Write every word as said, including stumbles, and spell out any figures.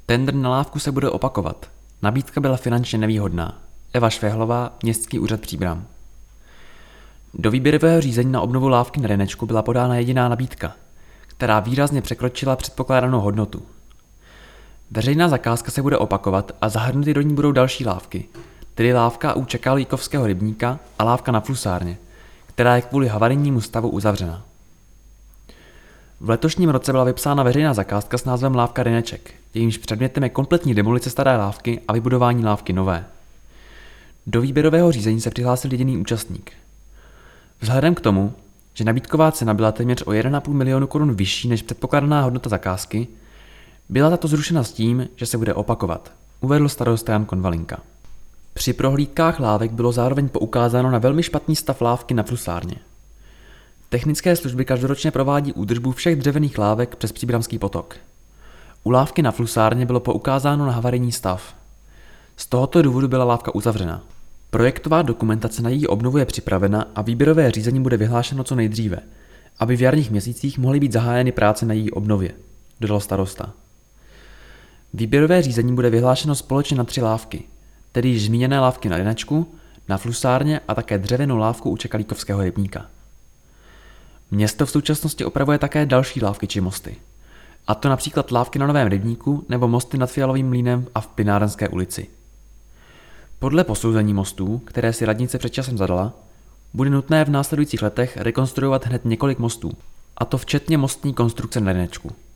Tendr na lávku se bude opakovat. Nabídka byla finančně nevýhodná. Eva Švehlová, Městský úřad Příbram. Do výběrového řízení na obnovu lávky na Rynečku byla podána jediná nabídka, která výrazně překročila předpokládanou hodnotu. Veřejná zakázka se bude opakovat a zahrnuty do ní budou další lávky, tedy lávka u Čekálíkovského rybníka a lávka na Flusárně, která je kvůli havarijnímu stavu uzavřena. V letošním roce byla vypsána veřejná zakázka s názvem Lávka Ryneček, jejímž předmětem je kompletní demolice staré lávky a vybudování lávky nové. Do výběrového řízení se přihlásil jediný účastník. Vzhledem k tomu, že nabídková cena byla téměř o jeden a půl milionu korun vyšší než předpokládaná hodnota zakázky, byla tato zrušena s tím, že se bude opakovat, uvedl starosta Jan Konvalinka. Při prohlídkách lávek bylo zároveň poukázáno na velmi špatný stav lávky na Flusárně. Technické služby každoročně provádí údržbu všech dřevěných lávek přes Příbramský potok. U lávky na Flusárně bylo poukázáno na havarijní stav. Z tohoto důvodu byla lávka uzavřena. Projektová dokumentace na její obnovu je připravena a výběrové řízení bude vyhlášeno co nejdříve, aby v jarních měsících mohly být zahájeny práce na její obnově, dodal starosta. Výběrové řízení bude vyhlášeno společně na tři lávky, tedy již zmíněné lávky na Rynečku, na Flusárně a také dřevěnou lávku u Čekálíkovského rybníka. Město v současnosti opravuje také další lávky či mosty, a to například lávky na Novém rybníku nebo mosty nad Fialovým mlýnem a v Plynárenské ulici. Podle posouzení mostů, které si radnice před časem zadala, bude nutné v následujících letech rekonstruovat hned několik mostů, a to včetně mostní konstrukce na Rynečku.